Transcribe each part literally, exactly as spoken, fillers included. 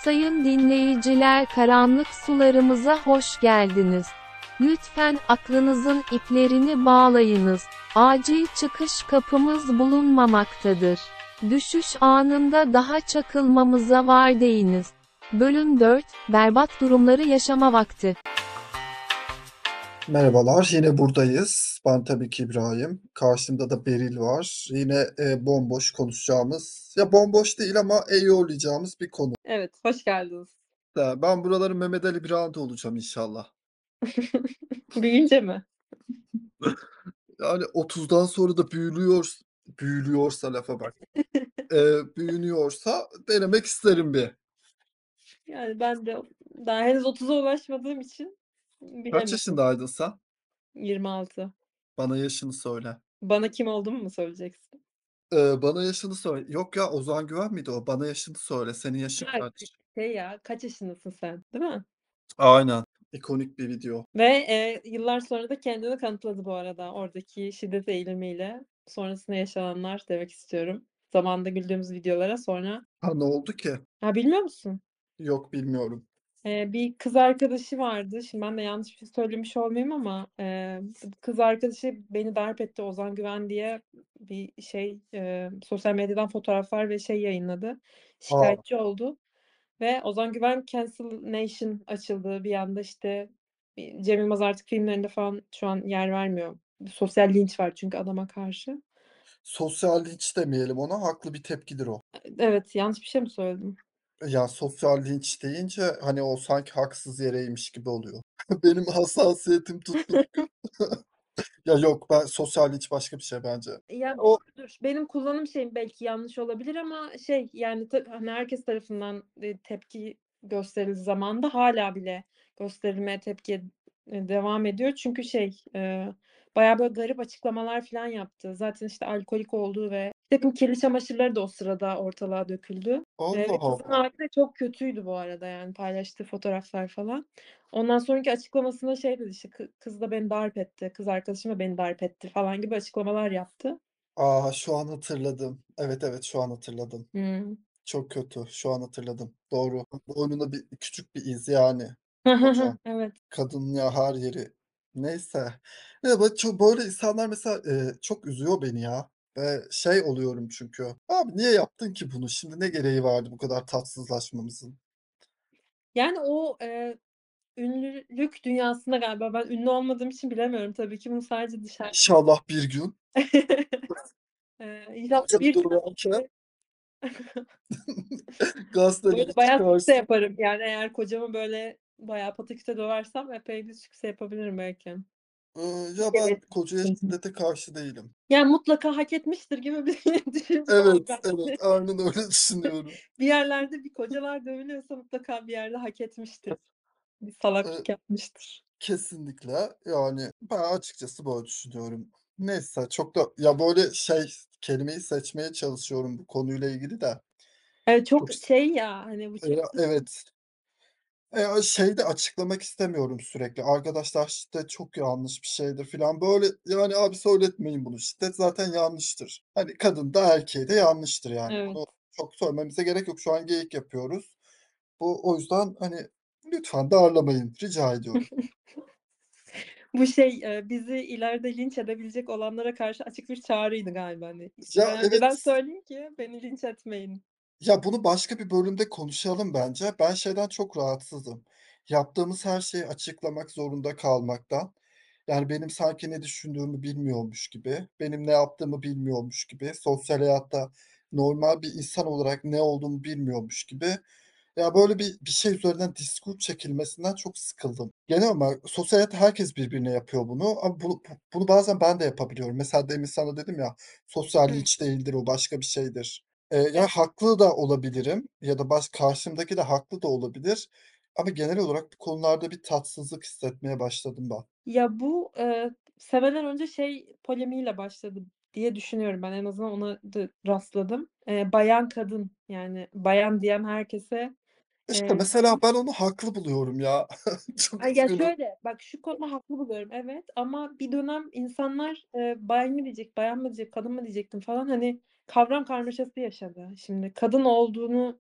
Sayın dinleyiciler, karanlık sularımıza hoş geldiniz. Lütfen aklınızın iplerini bağlayınız. Acil çıkış kapımız bulunmamaktadır. Düşüş anında daha çakılmamıza var deyiniz. Bölüm dört, berbat durumları yaşama vakti. Merhabalar, yine buradayız. Ben tabii ki İbrahim. Karşımda da Beril var. Yine e, bomboş konuşacağımız, ya bomboş değil ama eğorlayacağımız bir konu. Evet, hoş geldiniz. Da Ben buraların Mehmet Ali Birant'ı olacağım inşallah. Büyüyünce mi? Yani otuzdan sonra da büyülüyor, büyülüyorsa lafa bak. E, büyünüyorsa denemek isterim bir. Yani ben de daha henüz otuza ulaşmadığım için Kaç bilemiyorum. yaşındaydın sen? yirmi altı. Bana yaşını söyle. Bana kim olduğumu mu söyleyeceksin? E, bana yaşını söyle. Yok ya, Ozan Güven miydi o? Bana yaşını söyle. Senin yaşın Ha, kaç? şey ya, kaç yaşındasın sen, değil mi? Aynen. İkonik bir video. Ve e, yıllar sonra da kendini kanıtladı bu arada oradaki şiddet eğilimiyle. Sonrasında yaşananlar demek istiyorum. Zamanında güldüğümüz videolara sonra. Ha, ne oldu ki? Ha, bilmiyor musun? Yok, bilmiyorum. Eee, bir kız arkadaşı vardı. Şimdi ben de yanlış bir şey söylemiş olmayayım ama, eee, kız arkadaşı beni darp etti Ozan Güven diye bir şey, eee, sosyal medyadan fotoğraflar ve şey yayınladı. A! Şikâyetçi oldu ve Ozan Güven Cancel Nation açıldı. Bir anda, işte, iii, Cem Yılmaz artık filmlerinde falan şu an yer vermiyor. Sosyal linç var çünkü adama karşı. Sosyal linç demeyelim ona, haklı bir tepkidir o. Evet, yanlış bir şey mi söyledim? Ya, sosyal linç deyince, hani, o sanki haksız yereymiş gibi oluyor. Benim hassasiyetim tuttu bugün. Ya, yok, ben sosyal linç başka bir şey bence. Ya, O doğrudur. Benim kullanım şeyim belki yanlış olabilir ama şey, yani, tabii, hani, herkes tarafından, eee, tepki gösterildiği zamanda hâlâ bile gösterilmeye tepki, eee, devam ediyor. Çünkü şey, eee, bayağı böyle garip açıklamalar filan yaptı. Zaten, işte, alkolik olduğu ve birtakım kirli çamaşırları da o sırada ortalığa döküldü. Eee, ve Allah kızın Allah! hâli de çok kötüydü bu arada, yani, paylaştığı fotoğraflar falan. Ondan sonraki açıklamasında şey dedi, işte, "Kı kız da beni darp etti, kız arkadaşım da beni darp etti." falan gibi açıklamalar yaptı. A, şu an hatırladım. Evet, evet, şu an hatırladım. Hımm. Çok kötü, şu an hatırladım. Doğru. Boynuna bir küçük bir iz yani. Hı hı hı. Koca. Evet. Kadının ya her yeri. Neyse. Ya, bak ço böyle insanlar mesela, eee, çok üzüyor beni ya. Eee, şey oluyorum çünkü, "Abi niye yaptın ki bunu? Şimdi ne gereği vardı bu kadar tatsızlaşmamızın?" Yani o, eee, ünlülük dünyasında galiba ben ünlü olmadığım için bilemiyorum tabii ki bunu sadece dışarı İnşallah bir gün Eee, inşallah koca bir bir gün durağança bu arada gazetede bayağı sükse çıkarsın. yaparım. Yani eğer kocamı böyle bayağı pataküte döversem epey bir sükse yapabilirim belki. Iıı, ya, ben kocaya Hı hı. şiddete karşı değilim. Yani mutlaka hak etmiştir gibi bir düşünce var Evet, evet, bende. aynen öyle düşünüyorum. Bir yerlerde bir kocalar dövülüyorsa mutlaka bir yerde hak etmiştir. Bir Eee, salaklık yapmıştır. kesinlikle, yani, ben açıkçası böyle düşünüyorum. Neyse, çok da ya, böyle, şey, kelimeyi seçmeye çalışıyorum bu konuyla ilgili de. Evet, çok Çok s şey ya, hani, bu eee, çıktı. evet. Eee, şeyi de açıklamak istemiyorum sürekli. "Arkadaşlar şiddet çok yanlış bir şeydir." filan. Böyle, yani, abi söyletmeyin bunu. Şiddet zaten yanlıştır. Hani, kadın da erkeğe de yanlıştır yani. Evet. Bunu çok söylememize gerek yok. Şu an geyik yapıyoruz. Bu o yüzden, hani, lütfen darlamayın, rica ediyorum. Bu şey, eee, bizi ileride linç edebilecek olanlara karşı açık bir çağrıydı galiba, hani. Bir Ya, an önceden evet. söyleyeyim ki beni linç etmeyin. Ya, bunu başka bir bölümde konuşalım bence. Ben şeyden çok rahatsızım. Yaptığımız her şeyi açıklamak zorunda kalmaktan. Yani, benim sanki ne düşündüğümü bilmiyormuş gibi, benim ne yaptığımı bilmiyormuş gibi, sosyal hayatta normal bir insan olarak ne olduğumu bilmiyormuş gibi. Ya, böyle bir bir şey üzerinden diskur çekilmesinden çok sıkıldım. Genel olarak sosyal hayatta herkes birbirine yapıyor bunu ama bunu bu bunu bazen ben de yapabiliyorum. Mesela demin sana dedim ya, sosyal Hıı. linç değildir, o başka bir şeydir. Eee, ya, Evet. haklı da olabilirim ya da baş karşımdaki de haklı da olabilir ama genel olarak bu konularda bir tatsızlık hissetmeye başladım ben. Ya, bu, eee, seneler önce şey polemiğiyle başladı diye düşünüyorum ben. En azından ona da rastladım. Eee, bayan, kadın, yani bayan diyen herkese, İşte, eee mesela ben onu haklı buluyorum ya. Çok Ay, ya, üzgünüm. şöyle, bak şu konuda haklı buluyorum, evet ama bir dönem insanlar, eee, bay mı diyecek, bayan mı diyecek, kadın mı diyecektim falan, hani, kavram karmaşası yaşadı. Şimdi kadın olduğunu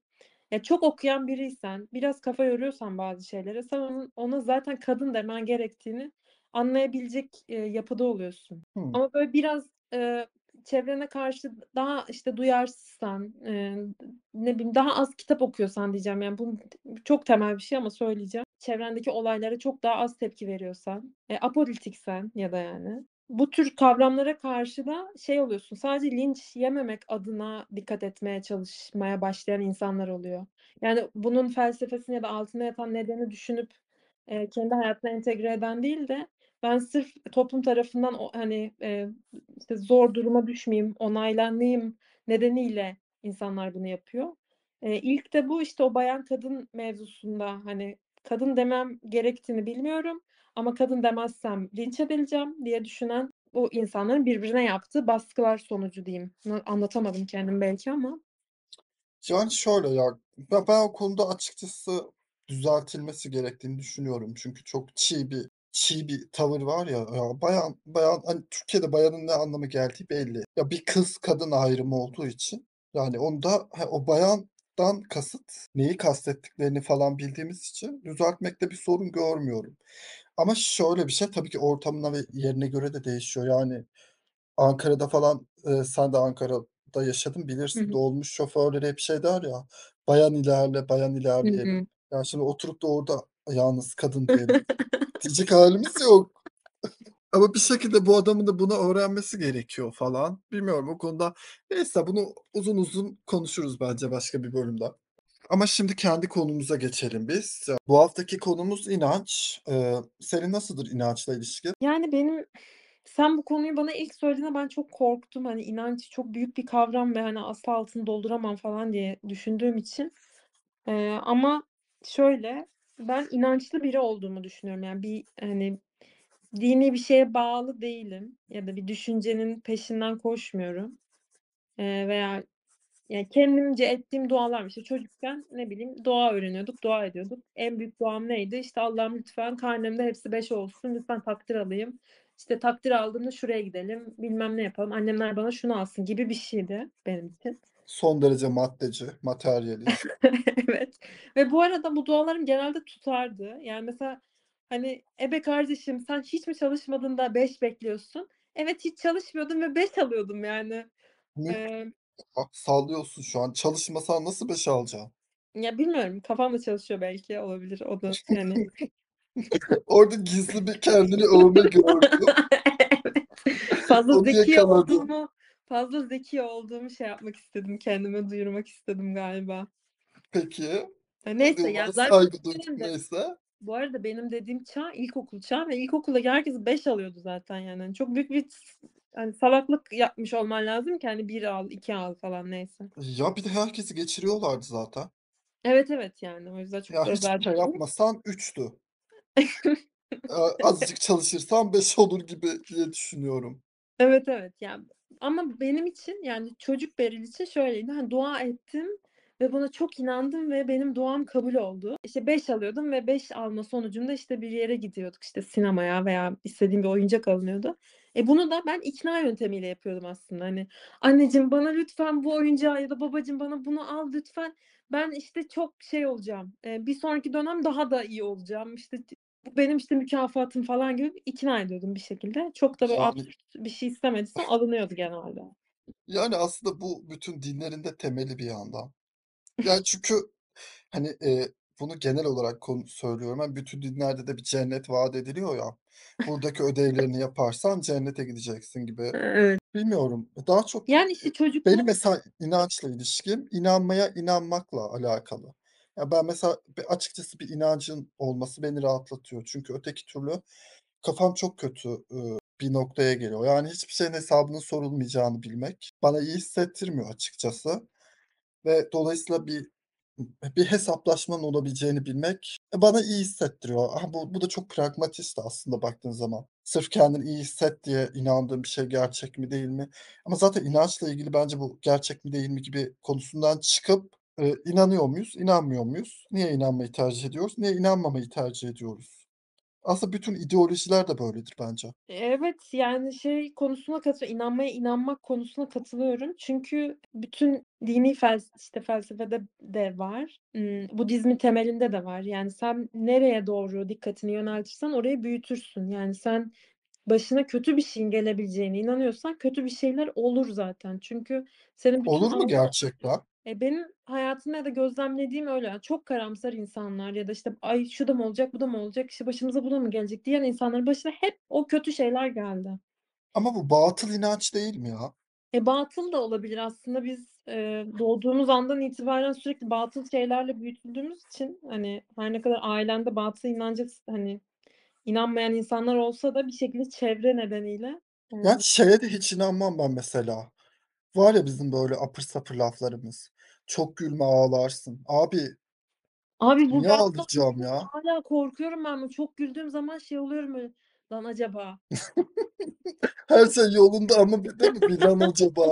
Ya, çok okuyan biriysen, biraz kafa yoruyorsan bazı şeylere sen onun ona zaten kadın demen gerektiğini anlayabilecek, eee, yapıda oluyorsun. Hımm. Ama böyle biraz, eee, çevrene karşı daha, işte, duyarsızsan, eee, ne bileyim, daha az kitap okuyorsan diyeceğim, yani, bu çok temel bir şey ama söyleyeceğim. Çevrendeki olaylara çok daha az tepki veriyorsan, eee, apolitiksen ya da yani, bu tür kavramlara karşı da şey oluyorsun, sadece linç yememek adına dikkat etmeye çalışmaya başlayan insanlar oluyor. Yani, bunun felsefesini ya da altında yatan nedeni düşünüp, eee, kendi hayatına entegre eden değil de ben sırf toplum tarafından o hani, eee, işte, zor duruma düşmeyeyim, onaylanayım nedeniyle insanlar bunu yapıyor. Eee, ilk de bu, işte, o bayan kadın mevzusunda, hani, kadın demem gerektiğini bilmiyorum ama kadın demezsem linç edileceğim diye düşünen bu insanların birbirine yaptığı baskılar sonucu diyeyim. N anlatamadım kendimi belki ama. Yani, şöyle ya, ben ben o konuda açıkçası düzeltilmesi gerektiğini düşünüyorum. Çünkü çok çiğ bir çiğ bir tavır var ya, ya bayan bayan, hani, Türkiye'de bayanın ne anlama geldiği belli. Ya, bir kız kadın ayrımı olduğu için, yani, onda ha, o bayandan kasıt, neyi kastettiklerini falan bildiğimiz için düzeltmekte bir sorun görmüyorum. Ama şöyle bir şey, tabii ki ortamına ve yerine göre de değişiyor. Yani, Ankara'da falan, eee, sen de Ankara'da yaşadın, Hı bilirsin. hı. Dolmuş şoförleri hep şey der ya, "Bayan ilerle, bayan Hı ilerleyelim." hı. Ya, şimdi oturup da orada yalnız kadın diyelim diyecek hâlimiz yok. Ama bir şekilde bu adamın da bunu öğrenmesi gerekiyor falan. Bilmiyorum o konuda. Neyse bunu uzun uzun konuşuruz bence başka bir bölümde. Ama şimdi kendi konumuza geçelim biz. Ya, bu haftaki konumuz inanç. Eee, senin nasıldır inançla ilişkin? Yani, benim sen bu konuyu bana ilk söylediğinde ben çok korktum. Hani, inanç çok büyük bir kavram ve, hani, asla altını dolduramam falan diye düşündüğüm için. Eee, ama şöyle, ben inançlı biri olduğumu düşünüyorum. Yani, bir, hani, dini bir şeye bağlı değilim ya da bir düşüncenin peşinden koşmuyorum. Eee, veya yani, kendimce ettiğim dualar var. İşte, çocukken, ne bileyim, dua öğreniyorduk, dua ediyorduk. En büyük duam neydi? İşte, "Allah'ım lütfen karnemde hepsi beş olsun, lütfen takdir alayım. İşte, takdir aldığımda şuraya gidelim, bilmem ne yapalım, annemler bana şunu alsın." gibi bir şeydi benim için. Son derece maddeci, materyalist. Evet ve bu arada bu dualarım genelde tutardı. Yani, mesela, hani, "E, be kardeşim sen hiç mi çalışmadın da beş bekliyorsun?" Evet, hiç çalışmıyordum ve beş alıyordum yani. Ne Eee Bak sallıyorsun şu an. Çalışmasan nasıl beş alacaksın? Ya, bilmiyorum, kafam da çalışıyor belki, olabilir. O da, yani. Orada gizli bir kendini övme gördüm. Evet. Fazla Onu zeki yakaladım. olduğumu fazla zeki olduğumu şey yapmak istedim, kendime duyurmak istedim galiba. Peki. Ya, Hadi neyse, ya, ona zaten saygı o duyduk dönemde neyse. bu arada benim dediğim çağ ilkokul çağı ve ilkokuldaki herkes beş alıyordu zaten, yani. Hani, çok büyük bir s hani, salaklık yapmış olman lazım ki, hani, bir al, iki al falan neyse. Ya bir de herkesi geçiriyorlardı zaten. Evet, evet, yani, o yüzden çok Ya da hiçbir özel şey bir şey. yapmasan üçtü. Eee, azıcık çalışırsan beş olur gibi diye düşünüyorum. Evet, evet. Ya, ama benim için, yani, çocuk Beril için şöyleydi, hani, dua ettim ve buna çok inandım ve benim duam kabul oldu. İşte, beş alıyordum ve beş alma sonucunda, işte, bir yere gidiyorduk, işte, sinemaya veya istediğim bir oyuncak alınıyordu. E, bunu da ben ikna yöntemiyle yapıyordum aslında. Hani, "Anneciğim, bana lütfen bu oyuncağı ya da babacığım bana bunu al lütfen. Ben, işte, çok şey olacağım, eee, bir sonraki dönem daha da iyi olacağım. İşte, bu benim, işte, mükafatım." falan gibi ikna ediyordum bir şekilde. Çok da böyle Yani bir şey istemediysem alınıyordu genelde. yani aslında bu bütün dinlerin de temeli bir yandan. Yani çünkü, hani, eee, bunu genel olarak konu söylüyorum. Hani, bütün dinlerde de bir cennet vaat ediliyor ya. Buradaki ödevlerini yaparsan cennete gideceksin gibi. Evet. Bilmiyorum. Daha çok, Yani, işte, eee, benim çocukluğum. mesela inançla ilişkim, inanmaya inanmakla alakalı. Ya, ben mesela be açıkçası bir inancın olması beni rahatlatıyor. Çünkü öteki türlü kafam çok kötü, ııı, bir noktaya geliyor. Yani hiçbir şeyin hesabının sorulmayacağını bilmek bana iyi hissettirmiyor açıkçası ve dolayısıyla bir bir hesaplaşmanın olabileceğini bilmek, e, bana iyi hissettiriyor. Ha, bu bu da çok pragmatist aslında baktığın zaman. Sırf kendini iyi hisset diye inandığın bir şey gerçek mi değil mi? Ama zaten inançla ilgili bence bu gerçek mi değil mi gibi konusundan çıkıp, eee, inanıyor muyuz, inanmıyor muyuz? Niye inanmayı tercih ediyoruz? Niye inanmamayı tercih ediyoruz? Aslında bütün ideolojiler de böyledir bence. Evet, yani, şey konusuna katılıyorum, inanmaya inanmak konusuna katılıyorum. Çünkü bütün dini fels işte, felsefede de var. Imm, Budizmin temelinde de var. Yani, sen nereye doğru dikkatini yöneltirsen orayı büyütürsün. Yani, sen başına kötü bir şeyin gelebileceğine inanıyorsan kötü bir şeyler olur zaten. Çünkü senin bütün Olur mu algı gerçekten? E, benim hayatımda da gözlemlediğim öyle. Yani çok karamsar insanlar ya da, işte, "Ay, şu da mı olacak, bu da mı olacak, işte, başımıza bu da mı gelecek?" diyen insanların başına hep o kötü şeyler geldi. Ama bu batıl inanç değil mi ya? E, batıl da olabilir aslında. Biz, eee, doğduğumuz andan itibaren sürekli batıl şeylerle büyütüldüğümüz için, hani, her ne kadar ailende batıl inanca hani, inanmayan insanlar olsa da bir şekilde çevre nedeniyle, eee Yani şeye de hiç inanmam ben mesela. Var ya bizim böyle apır sapır laflarımız. "Çok gülme ağlarsın." Abi Abi bu niye gerçekten ağlayacağım ya? hâlâ korkuyorum ben. Böyle çok güldüğüm zaman şey oluyorum böyle, "Lan acaba?" Her şey yolunda ama bir değil mi? Bir "Lan acaba?"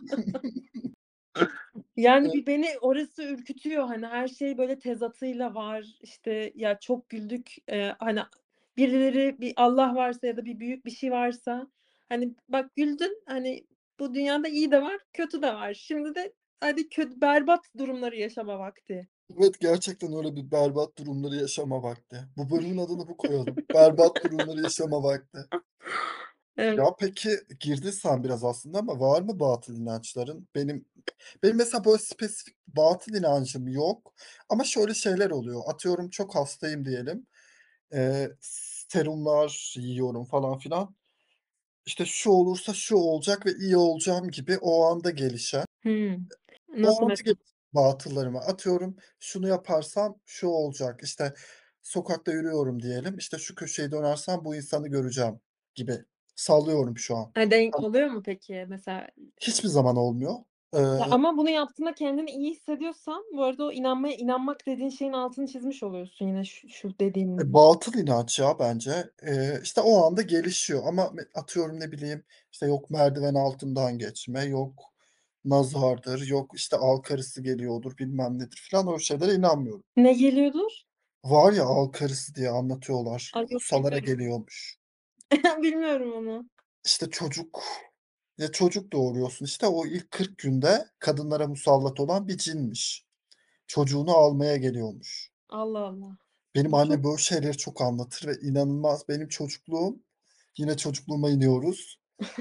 Yani, Eee, bir beni orası ürkütüyor. Hani, her şey böyle tezatıyla var. İşte, ya, çok güldük. Eee, hani, birileri, bir Allah varsa ya da bir büyük bir şey varsa, hani, bak güldün, hani, bu dünyada iyi de var, kötü de var. Şimdi de hadi kötü berbat durumları yaşama vakti. evet, gerçekten öyle bir berbat durumları yaşama vakti. Bu bölümün adını bu koyalım. Berbat durumları yaşama vakti. Evet. Ya, peki, girdin sen biraz aslında ama var mı batıl inançların? Benim benim mesela böyle spesifik batıl inancım yok ama şöyle şeyler oluyor. Atıyorum çok hastayım diyelim. Eee, serumlar yiyorum falan filan. İşte, şu olursa şu olacak ve iyi olacağım gibi o anda gelişen, Hımm. o Nasıl anda mesela? gelişen batıllarıma atıyorum, şunu yaparsam şu olacak, işte, sokakta yürüyorum diyelim, işte, şu köşeyi dönersem bu insanı göreceğim gibi. Sallıyorum şu an. Ha, denk Hani, oluyor mu peki mesela? hiçbir zaman olmuyor. Ya, Eee, ama bunu yaptığında kendini iyi hissediyorsan bu arada o inanmaya inanmak dediğin şeyin altını çizmiş oluyorsun yine şu şu e, dediğin. batıl inanç ya bence. Eee, işte, o anda gelişiyor ama me atıyorum, ne bileyim, işte, yok merdiven altından geçme, yok nazardır, yok, işte, al karısı geliyordur, bilmem nedir filan, öyle şeylere inanmıyorum. Ne geliyordur? Var ya, al karısı diye anlatıyorlar. Ay, yok Kusalara bilmiyorum. geliyormuş. Bilmiyorum onu. İşte, çocuk ya, çocuk doğuruyorsun, işte, o ilk kırk günde kadınlara musallat olan bir cinmiş. Çocuğunu almaya geliyormuş. Allah Allah. Benim Bu çok annem böyle şeyleri çok anlatır ve inanılmaz. Benim çocukluğum, yine çocukluğuma iniyoruz.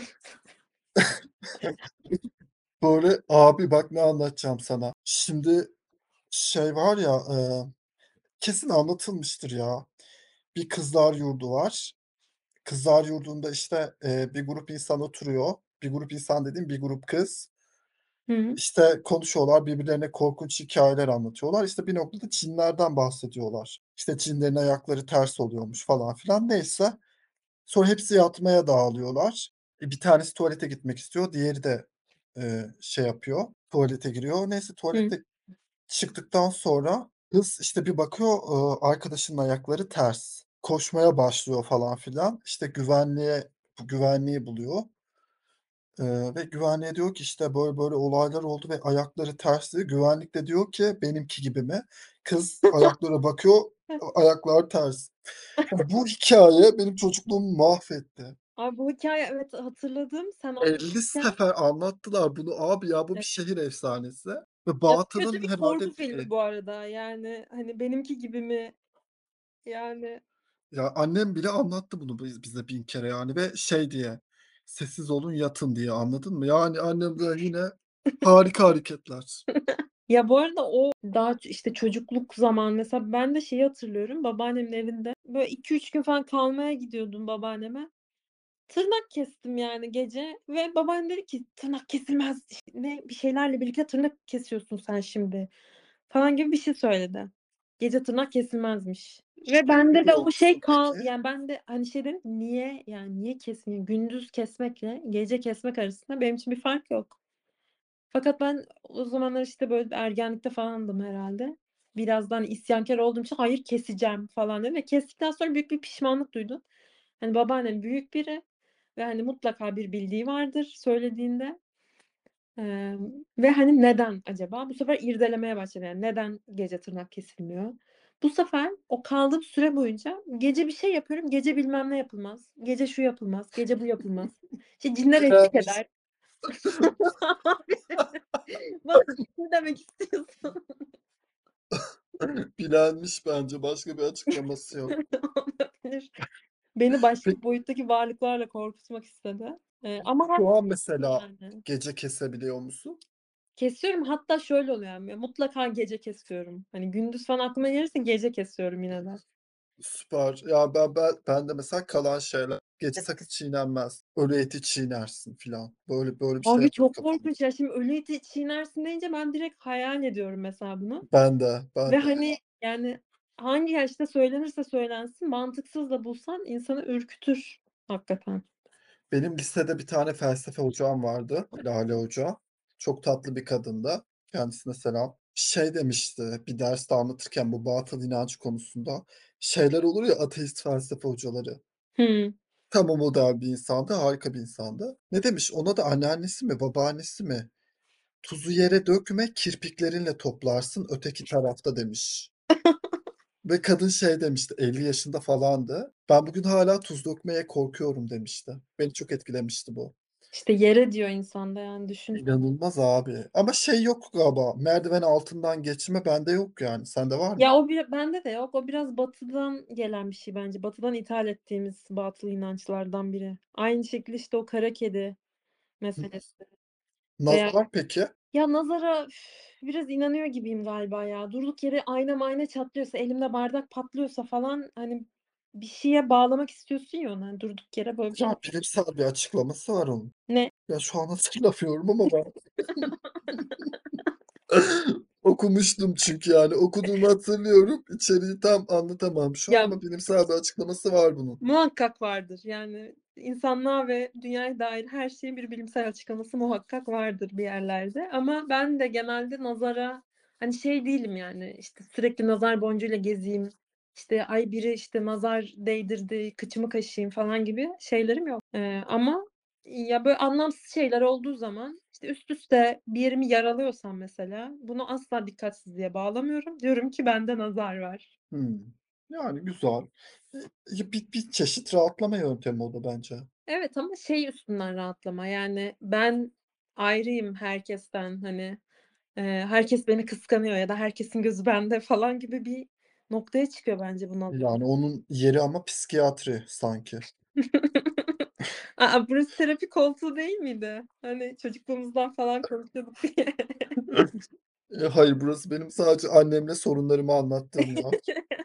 Böyle, abi bak ne anlatacağım sana. Şimdi şey var ya, eee, kesin anlatılmıştır ya. Bir kızlar yurdu var. Kızlar Yurdu'nda, işte, eee, bir grup insan oturuyor. Bir grup insan dediğim bir grup kız. Hı. İşte, konuşuyorlar, birbirlerine korkunç hikâyeler anlatıyorlar. İşte, bir noktada cinlerden bahsediyorlar. İşte, cinlerin ayakları ters oluyormuş falan filan. Neyse, sonra hepsi yatmaya dağılıyorlar. E, bir tanesi tuvalete gitmek istiyor. Diğeri de, eee, şey yapıyor, tuvalete giriyor. Neyse, Hı. tuvalete çıktıktan sonra kız, işte, bir bakıyor, ııı, arkadaşının ayakları ters. Koşmaya başlıyor falan filan. İşte, güvenliğe bu güvenliği buluyor, eee, ve güvenliğe diyor ki, işte, böyle böyle olaylar oldu ve ayakları ters diyor. Güvenlik de diyor ki, benimki gibi mi? Kız ayaklara bakıyor, a ayaklar ters. Ya, bu hikâye benim çocukluğumu mahvetti. Ay, bu hikâye evet hatırladım. Sen elli anlatırken sefer anlattılar bunu abi ya, bu bir Evet. şehir efsanesi ve Ya, kötü batının bir herhâlde korku filmi bu arada. Yani, hani, benimki gibi mi? Yani Ya, annem bile anlattı bunu biz bize bin kere yani ve şey diye, "Sessiz olun, yatın." diye, anladın mı? Yani annem böyle yine harika hareketler. Ya, bu arada o daha ç işte, çocukluk zaman mesela ben de şeyi hatırlıyorum, babaannemin evinde böyle iki üç gün falan kalmaya gidiyordum babaanneme. Tırnak kestim yani gece ve babaannem dedi ki, "Tırnak kesilmez, işte, ne bir şeylerle birlikte tırnak kesiyorsun sen şimdi." falan gibi bir şey söyledi. Gece tırnak kesilmezmiş ve Şey bende de biliyor o şey musun kal peki? yani ben de, hani, şey dedim, "Niye, yani, niye kesmeyeyim?" Gündüz kesmekle gece kesmek arasında benim için bir fark yok. Fakat ben o zamanlar, işte, böyle ergenlikte falandım herhâlde. Biraz da, hani, isyankâr olduğum için "Hayır, keseceğim." falan dedim ve kestikten sonra büyük bir pişmanlık duydum. Hani, babaannem büyük biri ve, hani, mutlaka bir bildiği vardır söylediğinde. Emm, ve, hani, neden acaba? Bu sefer irdelemeye başladım. Yani, neden gece tırnak kesilmiyor? Bu sefer o kaldığım süre boyunca gece bir şey yapıyorum, gece bilmem ne yapılmaz, gece şu yapılmaz, gece bu yapılmaz. İşte cinler eşlik Bilenmiş. eder. Bana ne demek istiyorsun? Bilenmiş bence. Başka bir açıklaması yok. Olabilir. Beni başka Peki boyuttaki varlıklarla korkutmak istedi. Eee, ama şu an haklısın mesela yani. gece kesebiliyor musun? Kesiyorum. Hatta şöyle oluyor yani, mutlaka gece kesiyorum. Hani gündüz falan aklıma gelirse gece kesiyorum yine de. Süper. Ya ben ben ben de mesela kalan şeyler gece sakız çiğnenmez. Ölü eti çiğnersin filan. Böyle böyle bir şey Abi var çok kafamda. korkunç ya. Şimdi ölü eti çiğnersin deyince ben direkt hayal ediyorum mesela bunu. Ben de, ben Ve de. hani yani hangi yaşta söylenirse söylensin mantıksız da bulsan insanı ürkütür hakikaten. Benim lisede bir tane felsefe hocam vardı, Lale Hoca. Çok tatlı bir kadındı. Kendisine selam. Şey demişti bir derste anlatırken bu batıl inanç konusunda, şeyler olur ya ateist felsefe hocaları. Hıı. Tam o model bir insandı, harika bir insandı. Ne demiş? Ona da anneannesi mi, babaannesi mi? "Tuzu yere dökme, kirpiklerinle toplarsın öteki tarafta." demiş. Ve kadın şey demişti, elli yaşında falandı. "Ben bugün hâlâ tuz dökmeye korkuyorum." demişti. Beni çok etkilemişti bu. İşte yere diyor insan da yani düşün. İnanılmaz abi. Ama şey yok galiba, merdiven altından geçme bende yok yani. Sende var mı? Ya o bir bende de yok. O biraz Batı'dan gelen bir şey bence. Batı'dan ithal ettiğimiz batıl inançlardan biri. Aynı şekilde işte o kara kedi Hı. meselesi veya Nazar peki? ya nazara üf, biraz inanıyor gibiyim galiba ya. Durduk yere ayna mayna çatlıyorsa, elimde bardak patlıyorsa falan hani bir şeye bağlamak istiyorsun ya onu. Hani durduk yere böyle bir şey. Ya bilimsel bir açıklaması var onun. Ne? Ya şu an hatırlamıyorum ama ben okumuştum çünkü yani okuduğumu hatırlıyorum. İçeriği tam anlatamam şu an Ya ama bilimsel bir açıklaması var bunun. muhakkak vardır. Yani insanlığa ve dünyaya dair her şeyin bir bilimsel açıklaması muhakkak vardır bir yerlerde. Ama ben de genelde nazara hani şey değilim yani işte sürekli nazar boncuğuyla gezeyim. İşte ay biri işte nazar değdirdi, kıçımı kaşıyayım falan gibi şeylerim yok. Eee, ama ya böyle anlamsız şeyler olduğu zaman işte üst üste bir yerimi yaralıyorsam mesela bunu asla dikkatsizliğe bağlamıyorum. Diyorum ki bende nazar var. Hımm. Yani güzel. Eee, bir bir çeşit rahatlama yöntemi o da bence. Evet ama şey üstünden rahatlama, yani ben ayrıyım herkesten, hani, eee, herkes beni kıskanıyor ya da herkesin gözü bende falan gibi bir noktaya çıkıyor bence bu nokta. Yani onun yeri ama psikiyatri sanki. A a, burası terapi koltuğu değil miydi? Hani çocukluğumuzdan falan konuşuyorduk diye. Eee, hayır, burası benim sadece annemle sorunlarımı anlattığım yer.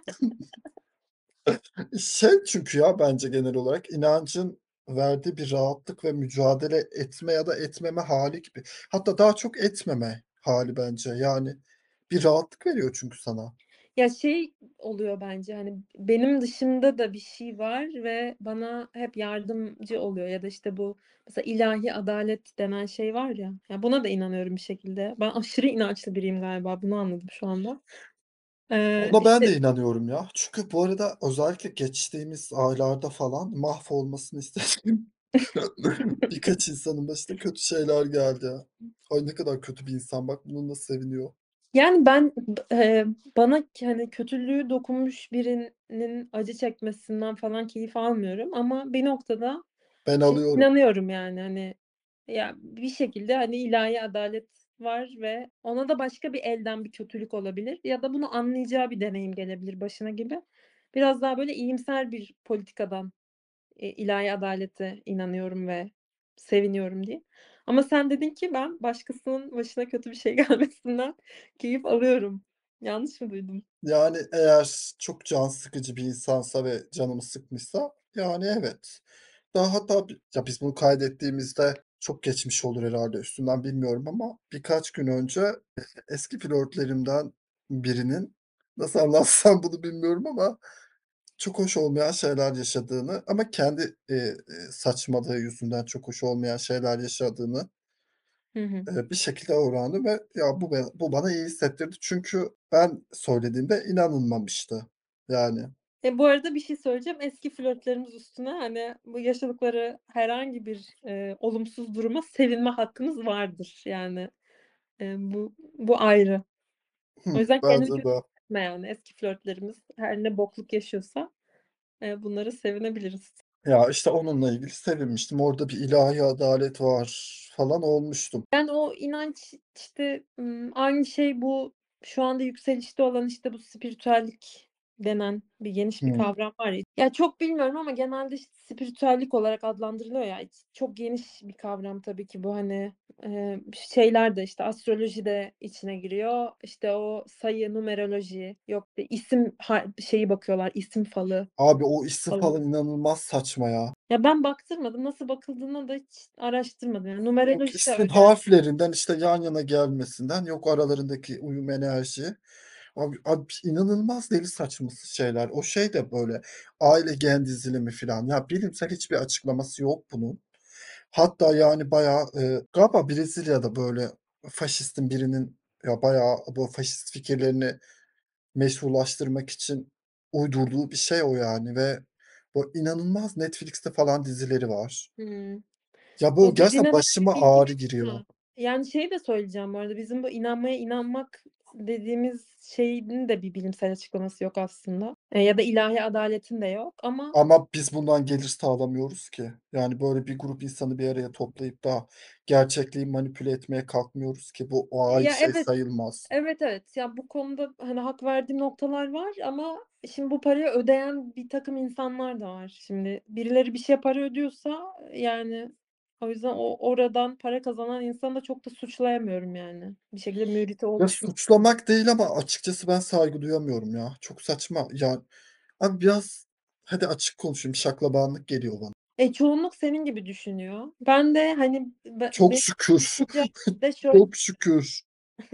Şey çünkü ya bence genel olarak inancın verdiği bir rahatlık ve mücadele etme ya da etmeme hâli gibi. Hatta daha çok etmeme hâli bence. Yani bir rahatlık veriyor çünkü sana. Ya, şey oluyor bence, hani, benim dışımda da bir şey var ve bana hep yardımcı oluyor ya da, işte, bu mesela ilahi adalet denen şey var ya, ya, buna da inanıyorum bir şekilde. Ben aşırı inançlı biriyim galiba, bunu anladım şu anda. Eee, Ona ben işte de inanıyorum ya. Çünkü bu arada özellikle geçtiğimiz aylarda falan mahvolmasını istediğim birkaç insanın başına kötü şeyler geldi ya. Ay, ne kadar kötü bir insan bak bununla seviniyor. yani, ben b eee, bana k hani, kötülüğü dokunmuş birinin acı çekmesinden falan keyif almıyorum ama bir noktada Ben şey alıyorum. inanıyorum, yani, hani, ya, bir şekilde, hani, ilahi adalet var ve ona da başka bir elden bir kötülük olabilir ya da bunu anlayacağı bir deneyim gelebilir başına gibi. Biraz daha böyle iyimser bir politikadan, eee, ilahi adalete inanıyorum ve seviniyorum diyeyim. Ama sen dedin ki ben başkasının başına kötü bir şey gelmesinden keyif alıyorum. Yanlış mı duydum? Yani eğer çok can sıkıcı bir insansa ve canımı sıkmışsa, yani evet. Daha hatta bi ya, biz bunu kaydettiğimizde çok geçmiş olur herhâlde üstünden bilmiyorum ama birkaç gün önce eski flörtlerimden birinin, nasıl anlatsam bunu bilmiyorum ama çok hoş olmayan şeyler yaşadığını ama kendi, eee, eee, saçmalığı yüzünden çok hoş olmayan şeyler yaşadığını, Hı hı. eee, bir şekilde öğrendim ve ya bu be bu bana iyi hissettirdi. Çünkü ben söylediğimde inanılmamıştı. Yani E, bu arada bir şey söyleyeceğim. Eski flörtlerimiz üstüne, hani, bu yaşadıkları herhangi bir, eee, olumsuz duruma sevinme hakkımız vardır. Yani, eee, bu bu ayrı. O Hıh, yüzden kendini bence kötü de. gitme yani. Eski flörtlerimiz her ne bokluk yaşıyorsa, eee, bunlara sevinebiliriz. Ya, işte, onunla ilgili sevinmiştim. Orada bir ilahi adalet var falan olmuştum. Yani o inanç, işte, ımm, aynı şey bu şu anda yükselişte olan, işte, bu spiritüellik denen bir geniş bir Hıı. kavram var ya. Ya, çok bilmiyorum ama genelde, işte, spiritüellik olarak adlandırılıyor ya. Çok geniş bir kavram tabii ki bu, hani, eee, şeyler de, işte, astroloji de içine giriyor. İşte, o sayı, numeroloji, yok, işte, isim ha şeyi bakıyorlar, isim falı Abi o isim falan. falan inanılmaz saçma ya. Ya, ben baktırmadım. Nasıl bakıldığını da hiç araştırmadım. Yani Yok, numeroloji de ismin öyle. harflerinden, işte, yan yana gelmesinden, yok aralarındaki uyum, enerji. Abi abi inanılmaz deli saçması şeyler. O şey de böyle aile gen dizilimi filan. Ya, bilimsel hiçbir açıklaması yok bunun. Hatta, yani, bayağı, eee, galiba Brezilya'da böyle faşistin birinin ya, bayağı bu faşist fikirlerini meşrulaştırmak için uydurduğu bir şey o yani ve bu inanılmaz Netflix'te falan dizileri var. Hıı. Ya, bu O gerçekten dediğine dair başıma bilgim ağrı yok giriyor. da. Yani şeyi de söyleyeceğim bu arada, bizim bu inanmaya inanmak dediğimiz şeyin de bir bilimsel açıklaması yok aslında. Eee, ya da ilahi adaletin de yok ama Ama biz bundan gelir sağlamıyoruz ki. Yani, böyle bir grup insanı bir araya toplayıp da gerçekliği manipüle etmeye kalkmıyoruz ki. Bu o ait ya, şey evet, sayılmaz. evet, evet. Ya, bu konuda, hani, hak verdiğim noktalar var ama şimdi bu parayı ödeyen birtakım insanlar da var. Şimdi birileri bir şeye para ödüyorsa, yani, o yüzden o oradan para kazanan insanı da çok da suçlayamıyorum yani. Bir şekilde müriti Ya, oluşum. suçlamak değil ama açıkçası ben saygı duyamıyorum ya. Çok saçma. Ya, abi biraz hadi açık konuşayım, şaklabanlık geliyor bana. E, çoğunluk senin gibi düşünüyor. Ben de, hani, be Çok benim şükür, düşüncem de şöyle. çok şükür.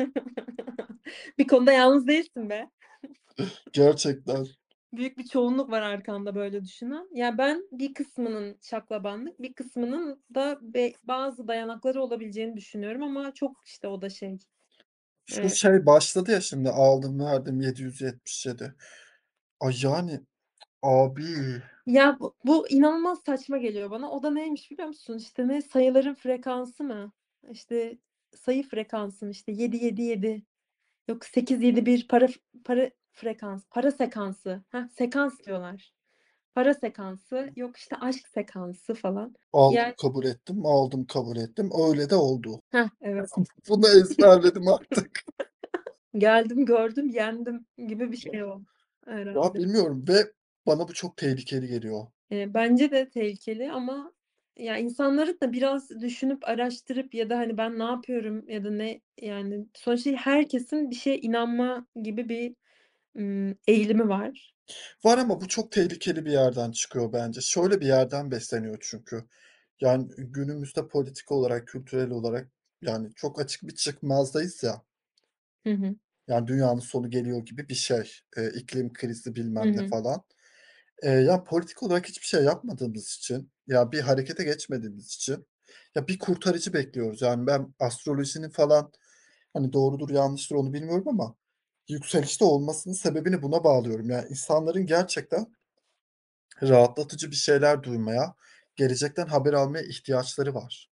Bir konuda yalnız değilsin be. Gerçekten. Büyük bir çoğunluk var arkanda böyle düşünen. Ya, ben bir kısmının şaklabanlık, bir kısmının da be bazı dayanakları olabileceğini düşünüyorum ama çok, işte, o da şey, Şu eee şey başladı ya şimdi aldım verdim yedi yüz yetmiş yedi. Ay, yani, abi. Ya, bu bu inanılmaz saçma geliyor bana. O da neymiş biliyor musun? İşte, ne sayıların frekansı mı? İşte, sayı frekansı mı? İşte, yedi yedi yedi. Yok, sekiz yedi bir para f para frekans, para sekansı. Heh, sekans diyorlar. Para sekansı, yok, işte, aşk sekansı falan. Aldım, Yani. kabul ettim, aldım, kabul ettim. Öyle de oldu. Heh, evet. Bunu ezberledim artık. Geldim, gördüm, yendim gibi bir şey o Ya, herhâlde. bilmiyorum ve bana bu çok tehlikeli geliyor. Eee, bence de tehlikeli ama ya, insanların da biraz düşünüp araştırıp ya da, hani, ben ne yapıyorum ya da ne, yani, sonuçta herkesin bir şeye inanma gibi bir, ımm, eğilimi var. Var ama bu çok tehlikeli bir yerden çıkıyor bence. Şöyle bir yerden besleniyor çünkü. Yani, günümüzde politik olarak, kültürel olarak, yani, çok açık bir çıkmazdayız ya. Hı hı. Yani, dünyanın sonu geliyor gibi bir şey. Eee, iklim krizi Hı bilmem ne hı. falan. Eee, ya, politik olarak hiçbir şey yapmadığımız için, ya, bir harekete geçmediğimiz için, ya, bir kurtarıcı bekliyoruz. Yani, ben astrolojinin falan, hani, doğrudur yanlıştır onu bilmiyorum ama yükselişte olmasının sebebini buna bağlıyorum. Yani, insanların gerçekten rahatlatıcı bir şeyler duymaya, gelecekten haber almaya ihtiyaçları var.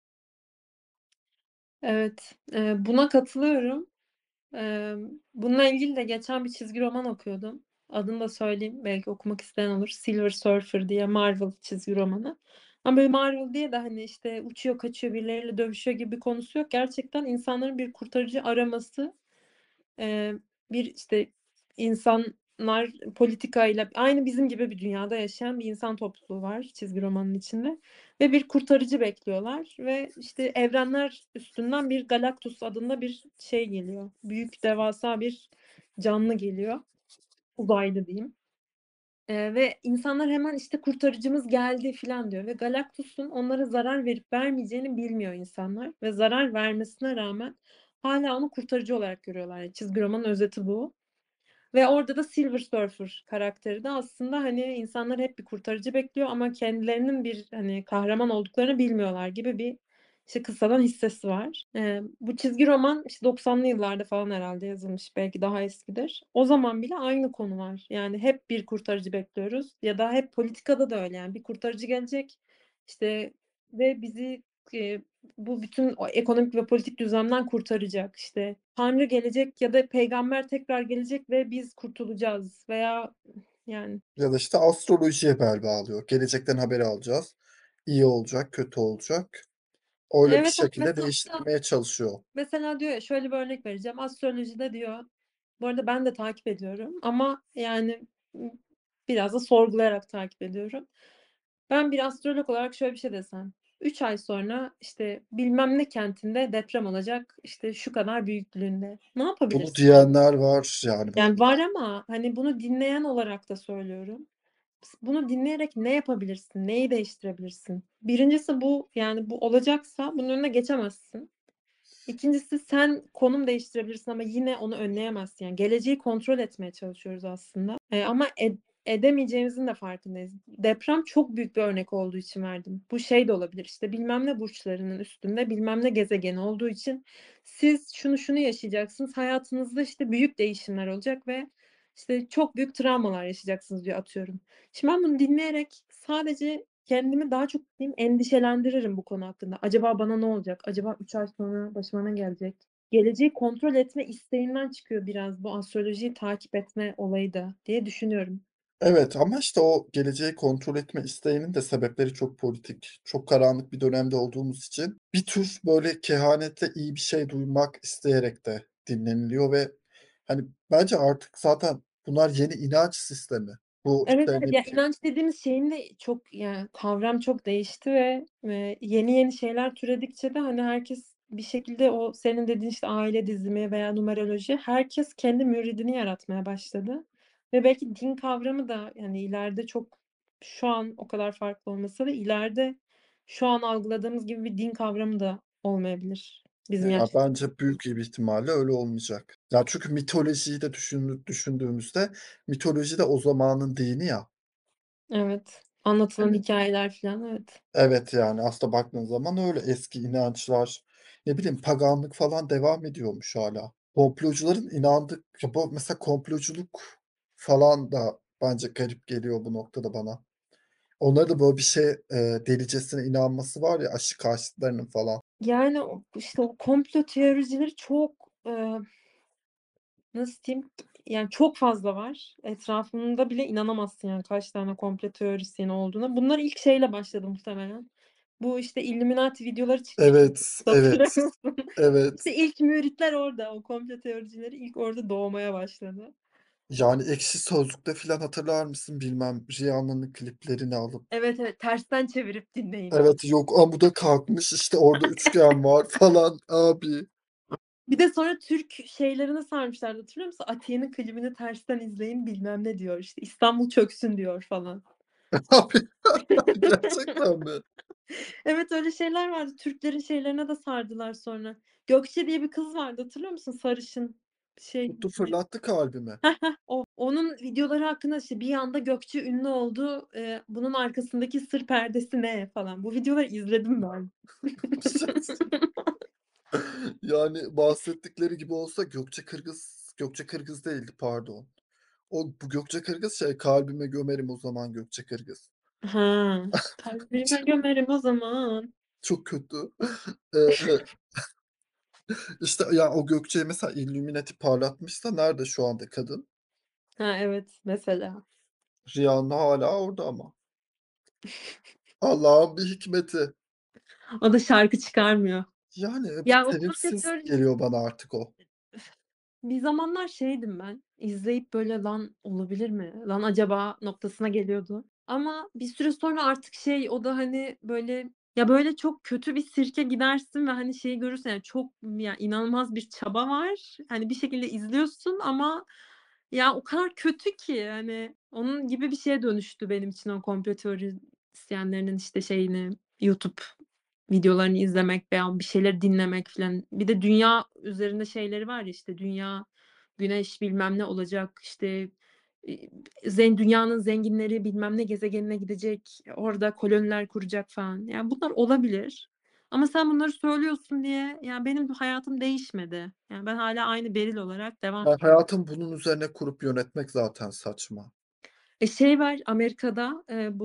Evet, eee, buna katılıyorum. Emm, bununla ilgili de geçen bir çizgi roman okuyordum. Adını da söyleyeyim, belki okumak isteyen olur. Silver Surfer diye Marvel çizgi romanı. Ama böyle Marvel diye de, hani, işte, uçuyor, kaçıyor, birileriyle dövüşüyor gibi bir konusu yok. Gerçekten insanların bir kurtarıcı araması. Eee, bir, işte, insanlar politikayla aynı bizim gibi bir dünyada yaşayan bir insan topluluğu var çizgi romanın içinde ve bir kurtarıcı bekliyorlar ve, işte, evrenler üstünden bir Galactus adında bir şey geliyor. Büyük, devasa bir canlı geliyor. Uzaylı diyeyim. Eee, ve insanlar hemen, işte, "Kurtarıcımız geldi." filan diyor ve Galactus'un onlara zarar verip vermeyeceğini bilmiyor insanlar ve zarar vermesine rağmen hâlâ onu kurtarıcı olarak görüyorlar. Yani çizgi romanın özeti bu. Ve orada da Silver Surfer karakteri de aslında, hani, insanlar hep bir kurtarıcı bekliyor ama kendilerinin bir, hani, kahraman olduklarını bilmiyorlar gibi bir, işte, kıssadan hissesi var. Eee, bu çizgi roman, işte, doksanlı yıllarda falan herhâlde yazılmış, belki daha eskidir. O zaman bile aynı konu var. Yani hep bir kurtarıcı bekliyoruz ya da hep politikada da öyle, yani bir kurtarıcı gelecek, işte, ve bizi eee, bu bütün o ekonomik ve politik düzlemden kurtaracak. İşte Tanrı gelecek ya da peygamber tekrar gelecek ve biz kurtulacağız veya yani Ya da, işte, astrolojiye bel bağlıyor. Gelecekten haber alacağız. İyi olacak, kötü olacak. Öyle bir Evet ama şekilde mesela değiştirmeye çalışıyor. mesela diyor ya şöyle bir örnek vereceğim. Astrolojide diyor bu arada ben de takip ediyorum ama yani, ımm, biraz da sorgulayarak takip ediyorum. Ben bir astrolog olarak şöyle bir şey desem, üç ay sonra, işte, bilmem ne kentinde deprem olacak, işte, şu kadar büyüklüğünde. Ne Bunu yapabilirsin abi? diyenler var yani bu Yani var arada. ama, hani, bunu dinleyen olarak da söylüyorum. S bunu dinleyerek ne yapabilirsin? Neyi değiştirebilirsin? Birincisi bu, yani, bu olacaksa bunun önüne geçemezsin. İkincisi sen konum değiştirebilirsin ama yine onu önleyemezsin. Yani geleceği kontrol etmeye çalışıyoruz aslında, eee, ama ed edemeyeceğimizin de farkındayız. Deprem çok büyük bir örnek olduğu için verdim. Bu şey de olabilir, işte, bilmem ne burçlarının üstünde bilmem ne gezegeni olduğu için siz şunu şunu yaşayacaksınız, hayatınızda, işte, büyük değişimler olacak ve, işte, çok büyük travmalar yaşayacaksınız diyor, atıyorum. Şimdi ben bunu dinleyerek sadece kendimi daha çok diyeyim endişelendiririm bu konu hakkında. Acaba bana ne olacak? Acaba üç ay sonra başıma ne gelecek? Geleceği kontrol etme isteğinden çıkıyor biraz bu astrolojiyi takip etme olayı da diye düşünüyorum. Evet ama, işte, o geleceği kontrol etme isteğinin de sebepleri çok politik. Çok karanlık bir dönemde olduğumuz için bir tür, böyle, kehanete iyi bir şey duymak isteyerek de dinleniliyor ve, hani, bence artık zaten bunlar yeni inanç sistemi. Bu, Evet, işte, evet. ne Ya, bileyim. inanç dediğimiz şeyin de çok, yani, kavram çok değişti ve, eee, yeni yeni şeyler türedikçe de, hani, herkes bir şekilde o senin dediğin, işte, aile dizimi veya numeroloji herkes kendi müridini yaratmaya başladı ve belki din kavramı da, yani, ileride çok şu an o kadar farklı olmasa da ileride şu an algıladığımız gibi bir din kavramı da olmayabilir bizim Ya, yaşadığımız. bence büyük bir ihtimalle öyle olmayacak. Ya, çünkü mitolojiyi de düşündü düşündüğümüzde mitoloji de o zamanın dini ya. Evet. Anlatılan Hani. hikâyeler filan, evet. Evet, yani, aslında baktığın zaman öyle. Eski inançlar, ne bileyim, paganlık falan devam ediyormuş hâlâ. Komplocuların inandık ya, bu mesela komploculuk falan da bence garip geliyor bu noktada bana. Onların da böyle bir şeye, eee, delicesine inanması var ya, aşı karşıtlarının falan. Yani, o işte, o komplo teoricileri çok, eee nasıl diyeyim? Yani çok fazla var. Etrafında bile inanamazsın yani kaç tane komplo teorisyeni olduğuna. Bunlar ilk şeyle başladı muhtemelen. Bu, işte, Illuminati videoları çıkmıştı. Evet, Hatırlıyor evet, musun? evet. İşte, ilk müritler orada. O komplo teoricileri ilk orada doğmaya başladı. Yani, Ekşi Sözlük'te filan hatırlar mısın bilmem, Rihanna'nın kliplerini alıp. Evet, evet. Tersten çevirip dinleyin diye. Evet, yok amuda kalkmış, işte, orada üçgen var falan. Abi. Bir de sonra Türk şeylerine sarmışlardı. Hatırlıyor musun? Atiye'nin klibini tersten izleyin bilmem ne diyor. İşte, İstanbul çöksün diyor falan. Abi, gerçekten mi? Evet, öyle şeyler vardı. Türklerin şeylerine de sardılar sonra. Gökçe diye bir kız vardı, hatırlıyor musun? Sarışın, şey. Tuttu fırlattı kalbimi. Heh, heh, o. Onun videoları hakkında, işte, bir anda Gökçe ünlü oldu, eee, bunun arkasındaki sır perdesi ne falan. Bu videoları izledim ben. Yani, bahsettikleri gibi olsa Gökçe Kırgız Gökçe Kırgız değildi, pardon. O bu Gökçe Kırgız şey, kalbime gömerim o zaman Gökçe Kırgız. Ha, kalbime gömerim o zaman. Çok kötü. Eee, işte, ya, o Gökçe'yi mesela Illuminati parlatmışsa nerede şu anda kadın? Ha, evet, mesela. Rihanna hâlâ orada ama. Allah'ın bir hikmeti. O da şarkı çıkarmıyor. Yani, bir Ya, o komplo sevimsiz teori geliyor bana artık o. bir zamanlar şeydim ben, izleyip böyle, "Lan, olabilir mi? Lan, acaba?" noktasına geliyordu. Ama bir süre sonra artık şey, o da, hani, böyle, ya, böyle çok kötü bir sirke gidersin ve, hani, şeyi görürsün, yani, çok ya, inanılmaz bir çaba var. Hani, bir şekilde izliyorsun ama ya, o kadar kötü ki, hani, onun gibi bir şeye dönüştü benim için o komplo teorisyenlerinin, işte, şeyini, YouTube videolarını izlemek veya bir şeyleri dinlemek filan. Bir de dünya üzerinde şeyleri var ya, işte, dünya, güneş bilmem ne olacak, işte, iii, zen dünyanın zenginleri bilmem ne gezegenine gidecek, orada koloniler kuracak falan. Yani bunlar olabilir ama sen bunları söylüyorsun diye, ya, benim hayatım değişmedi. Yani ben hâlâ aynı Beril olarak devam. Ya, hayatın bunun üzerine kurup yönetmek zaten saçma. E, şey var Amerika'da, eee, bu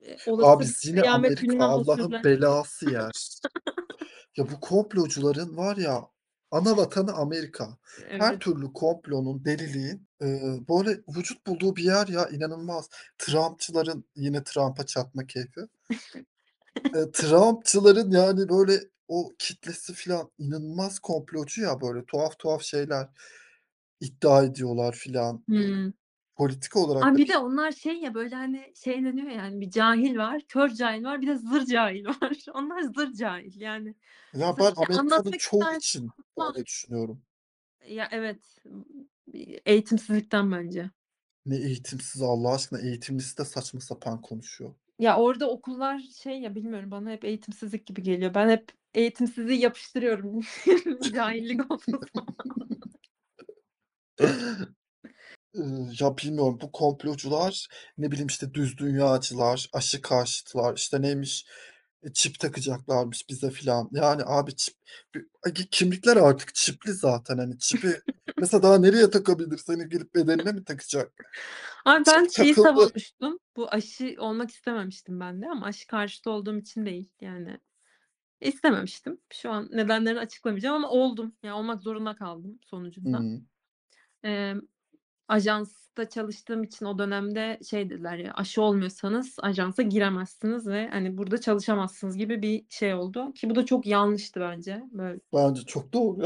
Eee, olası Abi bir yine kıyamet Amerika gününe Allah'ın hazırlan belası yer. Ya, bu komplocuların var ya, ana vatanı Amerika. Her Evet. türlü komplonun, deliliğin, eee, böyle vücut bulduğu bir yer ya, inanılmaz. Trumpçıların yine Trump'a çatma keyfi. Eee, Trumpçıların, yani, böyle o kitlesi filan inanılmaz komplocu ya, böyle tuhaf tuhaf şeyler iddia ediyorlar filan. Hımm. Politika olarak A, da bir de onlar şey ya, böyle, hani, şey deniyor ya, hani, bir cahil var, kör cahil var, bir de zır cahil var. Onlar zır cahil. Yani, Ya, mesela ben bir şey Amerika'nın anlatmak çoğu istersin için ama öyle düşünüyorum. ya, evet, ımm, eğitimsizlikten bence. Ne eğitimsiz Allah aşkına, eğitimlisi de saçma sapan konuşuyor. Ya, orada okullar şey ya, bilmiyorum, bana hep eğitimsizlik gibi geliyor. Ben hep eğitimsizliği yapıştırıyorum cahillik olduğu zaman. Iıı, ya, bilmiyorum, bu komplocular, ne bileyim, işte, düz dünyacılar, aşı karşıtlar, işte, neymiş, eee, çip takacaklarmış bize filan. Yani, abi çip bi gi kimlikler artık çipli zaten, hani, çipi mesela daha nereye takabilir? Senin gelip bedenine mi takacak? Abi ben Çip şeyi takıldı. savunmuştum, bu aşı olmak istememiştim ben de ama aşı karşıtı olduğum için değil, yani istememiştim. Şu an nedenlerini açıklamayacağım ama oldum. Ya, olmak zorunda kaldım sonucunda. Hıı. Emm, ajansta çalıştığım için o dönemde şey dediler ya, aşı olmuyorsanız ajansa giremezsiniz ve, hani, burada çalışamazsınız gibi bir şey oldu ki bu da çok yanlıştı bence. Böyle Bence çok doğru ya.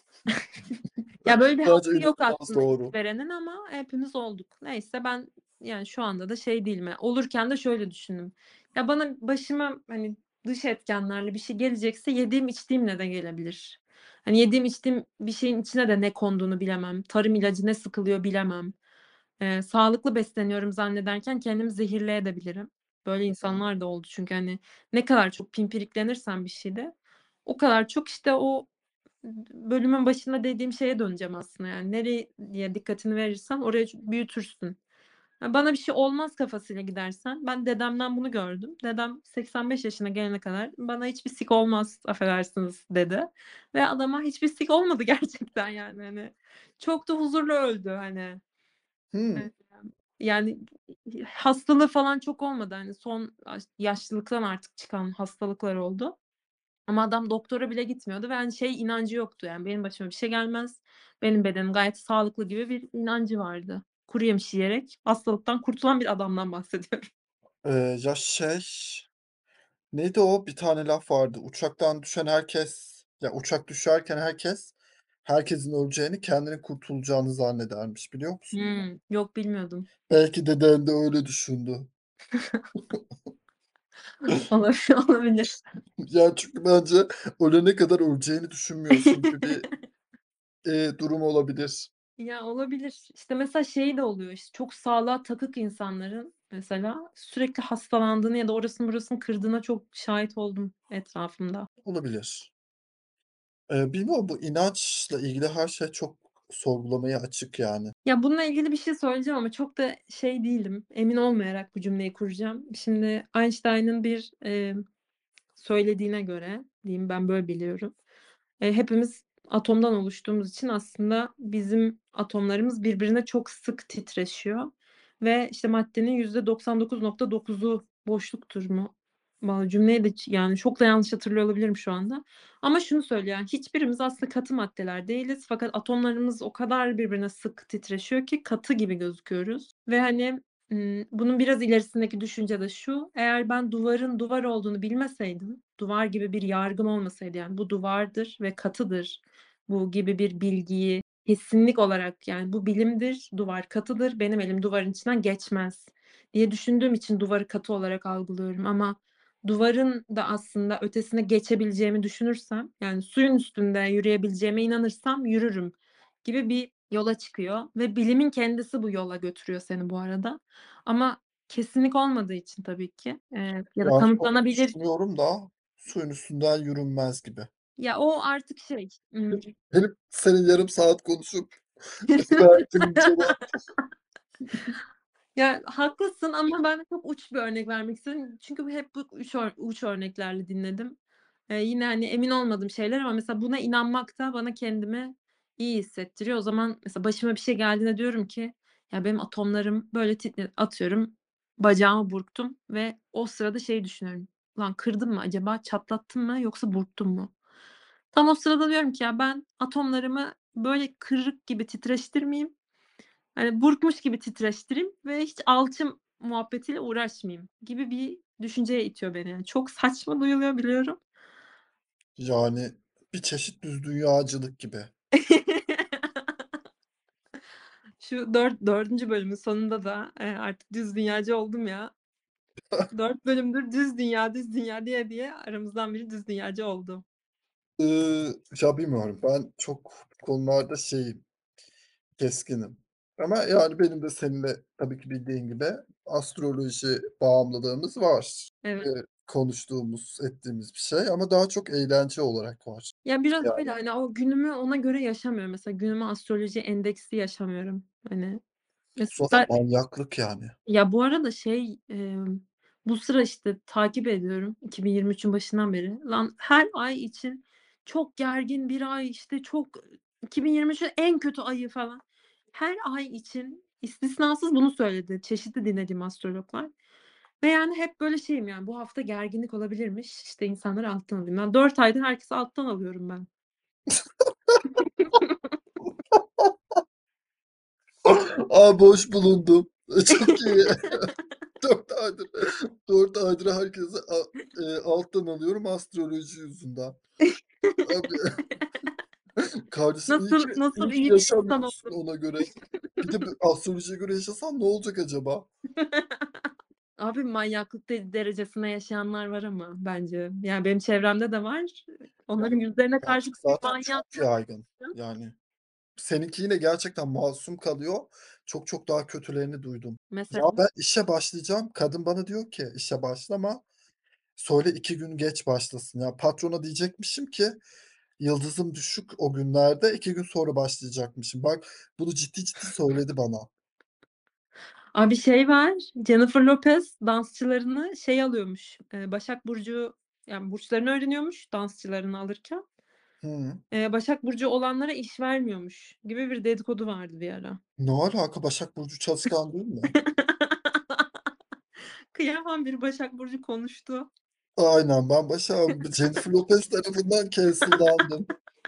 ya, böyle bir Bence hakkı yok inanılmaz aslında doğru. işverenin ama hepimiz olduk. Neyse ben, yani, şu anda da şey değilim, ya, olurken de şöyle düşündüm. Ya, bana başıma, hani, dış etkenlerle bir şey gelecekse yediğim içtiğimle de gelebilir. Hani, yediğim içtiğim bir şeyin içine de ne konduğunu bilemem. Tarım ilacı ne sıkılıyor bilemem. Eee, sağlıklı besleniyorum zannederken kendimi zehirleyebilirim. Böyle insanlar da oldu çünkü, hani, ne kadar çok pimpiriklenirsen bir şeyde o kadar çok, işte, o bölümün başında dediğim şeye döneceğim aslında, yani, nereye dikkatini verirsen orayı ç büyütürsün. Ya, bana bir şey olmaz kafasıyla gidersen ben dedemden bunu gördüm. Dedem seksen beş yaşına gelene kadar bana hiçbir sik olmaz, affedersiniz, dedi ve adama hiçbir sik olmadı gerçekten, yani, hani. Çok da huzurlu öldü, hani. Hıı. Emm, yani, hastalığı falan çok olmadı, hani, son aş yaşlılıktan artık çıkan hastalıklar oldu. Ama adam doktora bile gitmiyordu ve, hani, şey inancı yoktu, yani, benim başıma bir şey gelmez, benim bedenim gayet sağlıklı gibi bir inancı vardı. Kuruyemiş yiyerek hastalıktan kurtulan bir adamdan bahsediyorum. Eee, ya, şey, neydi o? Bir tane laf vardı. Uçaktan düşen herkes ya, uçak düşerken herkes, herkesin öleceğini, kendinin kurtulacağını zannedermiş, biliyor musun? Hımm. Yok, bilmiyordum. Belki deden de öyle düşündü. Olabi olabilir. Ya, çünkü bence ölene kadar öleceğini düşünmüyorsun gibi bir, eee, durum olabilir. Ya, olabilir. İşte, mesela şey de oluyor, işte, çok sağlığa takık insanların mesela sürekli hastalandığını ya da orasını burasını kırdığına çok şahit oldum etrafımda. Olabilir. Eee, bilmiyorum, bu inançla ilgili her şey çok sorgulamaya açık yani. Ya, bununla ilgili bir şey söyleyeceğim ama çok da şey değilim, emin olmayarak bu cümleyi kuracağım. Şimdi Einstein'ın bir, emm, söylediğine göre diyeyim, ben böyle biliyorum. Eee, hepimiz atomdan oluştuğumuz için aslında bizim atomlarımız birbirine çok sık titreşiyor ve, işte, maddenin yüzde doksan dokuz nokta dokuzu boşluktur mu? Valla cümleyi de ç yani çok da yanlış hatırlıyor olabilirim şu anda ama şunu söylüyor, yani, hiçbirimiz aslında katı maddeler değiliz fakat atomlarımız o kadar birbirine sık titreşiyor ki katı gibi gözüküyoruz ve, hani, ımm, bunun biraz ilerisindeki düşünce de şu: Eğer ben duvarın duvar olduğunu bilmeseydim, duvar gibi bir yargım olmasaydı, yani, bu duvardır ve katıdır, bu gibi bir bilgiyi kesinlik olarak, yani, bu bilimdir, duvar katıdır, benim elim duvarın içinden geçmez diye düşündüğüm için duvarı katı olarak algılıyorum ama duvarın da aslında ötesine geçebileceğimi düşünürsem, yani, suyun üstünde yürüyebileceğime inanırsam yürürüm gibi bir yola çıkıyor ve bilimin kendisi bu yola götürüyor seni bu arada ama kesinlik olmadığı için tabii ki, eee, ya da Yani, çok kanıtlanabilir. düşünüyorum da suyun üstünden yürünmez gibi. Ya, o artık şey, ımm Benim senin yarım saat konuşup verdiğin cevap. Ya, haklısın ama ben de çok uç bir örnek vermek istedim. Çünkü bu hep bu uç ör uç örneklerle dinledim. Eee, yine, hani, emin olmadığım şeyler ama mesela buna inanmak da bana kendimi iyi hissettiriyor. O zaman mesela başıma bir şey geldiğinde diyorum ki, "Ya, benim atomlarım böyle titre" atıyorum, bacağımı burktum ve o sırada şeyi düşünüyorum. "Ulan kırdım mı acaba, çatlattım mı yoksa burktum mu?" Tam o sırada diyorum ki ya ben atomlarımı böyle kırık gibi titreştirmeyeyim, hani, burkmuş gibi titreştireyim ve hiç alçı muhabbetiyle uğraşmayayım gibi bir düşünceye itiyor beni. Yani çok saçma duyuluyor biliyorum. Yani bir çeşit düz dünyacılık gibi. Şu dört dördüncü bölümün sonunda da, eee, artık düz dünyacı oldum ya. dört bölümdür düz dünya, düz dünya diye diye aramızdan biri düz dünyacı oldu. Iıı, ya bilmiyorum. Ben çok bu konularda şeyim, keskinim. Ama yani benim de senin de tabii ki bildiğin gibi astroloji bağımlılığımız var. Evet. Eee, konuştuğumuz, ettiğimiz bir şey ama daha çok eğlence olarak var. Ya, biraz öyle. Yani. Hani, o günümü ona göre yaşamıyorum. Mesela günümü astroloji endeksli yaşamıyorum. Hani, Zaten mesela manyaklık yani. ya, bu arada şey, emm, bu sıra, işte, takip ediyorum iki bin yirmi üçün başından beri. Lan her ay için çok gergin bir ay, işte, çok iki bin yirmi üçün en kötü ayı falan. Her ay için istisnasız bunu söyledi çeşitli dinlediğim astrologlar ve yani hep böyle şeyim yani, bu hafta gerginlik olabilirmiş, işte, insanları alttan alayım. Ben dört aydır herkesi alttan alıyorum ben. A, boş bulundum. E, çok iyi. dört aydır dört aydır herkesi a eee, alttan alıyorum astroloji yüzünden. Abi, kardeşim iyi ki Nasıl nasıl iyi ki iyi bir insan yaşamıyorsun oldum. ona göre. Bir de b astrolojiye göre yaşasan ne olacak acaba? Abi manyaklık de derecesine yaşayanlar var ama bence. Yani benim çevremde de var. Ya, Onların yüzlerine ya, karşı bir zaten çok manyaklık yaygın. Yani seninki yine gerçekten masum kalıyor. Çok çok daha kötülerini duydum. Ya, mesela. ben işe başlayacağım. Kadın bana diyor ki, "İşe başlama, söyle iki gün geç başlasın." Ya, patrona diyecekmişim ki, "Yıldızım düşük o günlerde, iki gün sonra başlayacakmışım." Bak, bunu ciddi ciddi söyledi bana. Abi şey var, Jennifer Lopez dansçılarını şey alıyormuş, eee, Başak Burcu yani burçlarını öğreniyormuş dansçılarını alırken. Hıı. Eee, Başak Burcu olanlara iş vermiyormuş gibi bir dedikodu vardı bir ara. Ne alaka? Başak Burcu çalışkan değil mi? Kıyamam bir Başak Burcu konuştu. Aynen, ben Başak'ım. Jennifer Lopez tarafından cancel'landım.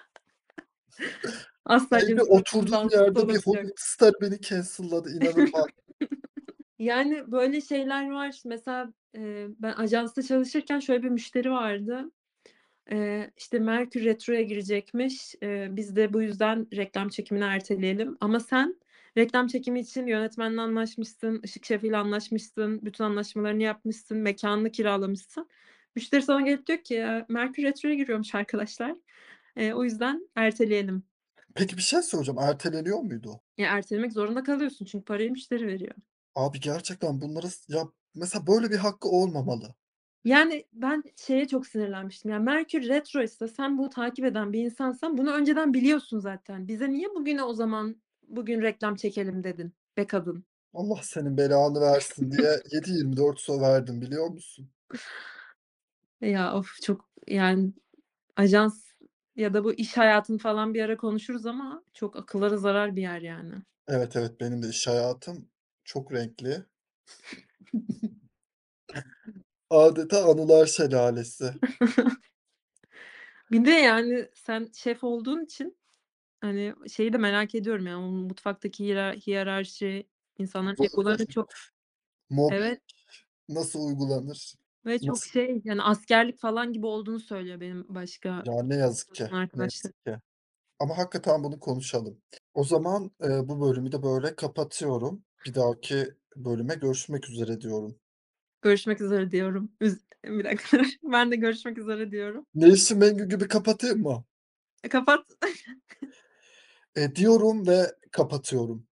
Asla Evde Jennifer Lopez'in oturduğum dansçısı yerde bir olamayacak. Hollywood star beni cancel'ladı. İnanılmaz. Yani, böyle şeyler var. Mesela, eee, ben ajansta çalışırken şöyle bir müşteri vardı. Eee, işte, Merkür retroya girecekmiş. Eee, biz de bu yüzden reklam çekimini erteleyelim ama sen reklam çekimi için yönetmenle anlaşmışsın, ışık şefiyle anlaşmışsın, bütün anlaşmalarını yapmışsın, mekânını kiralamışsın. Müşteri sana gelip diyor ki, eee, Merkür retroya giriyormuş arkadaşlar. Eee, o yüzden erteleyelim. Peki bir şey soracağım, erteleniyor muydu? Ya, ertelemek zorunda kalıyorsun çünkü parayı müşteri veriyor. Abi gerçekten bunları s ya, mesela böyle bir hakkı olmamalı. Yani, ben şeye çok sinirlenmiştim. Ya, Merkür retroysa sen bunu takip eden bir insansan bunu önceden biliyorsun zaten. Bize niye bugüne o zaman bugün reklam çekelim dedin be kadın? Allah senin belanı versin diye yedi yirmi dört söverdim biliyor musun? Ya, of çok yani ajans ya da bu iş hayatını falan bir ara konuşuruz ama çok akıllara zarar bir yer yani. Evet, evet, benim de iş hayatım çok renkli. Adeta anılar şelalesi. Bir de yani sen şef olduğun için, hani, şeyi de merak ediyorum yani o mutfaktaki hiyerar hiyerarşi, insanların egoları çok. Mobbing Evet. nasıl uygulanır? Ve çok Nasıl. şey, yani, askerlik falan gibi olduğunu söylüyor benim başka Ya, ne yazık ki, kadın ne arkadaşlarım. yazık ki. Ama hakikaten bunu konuşalım. O zaman, eee, bu bölümü de böyle kapatıyorum. Bir dahaki bölüme görüşmek üzere diyorum. Görüşmek üzere diyorum. Üz bir dakika, ben de görüşmek üzere diyorum. Nevşin Mengü gibi kapatayım mı? E, kapat. Eee, diyorum ve kapatıyorum.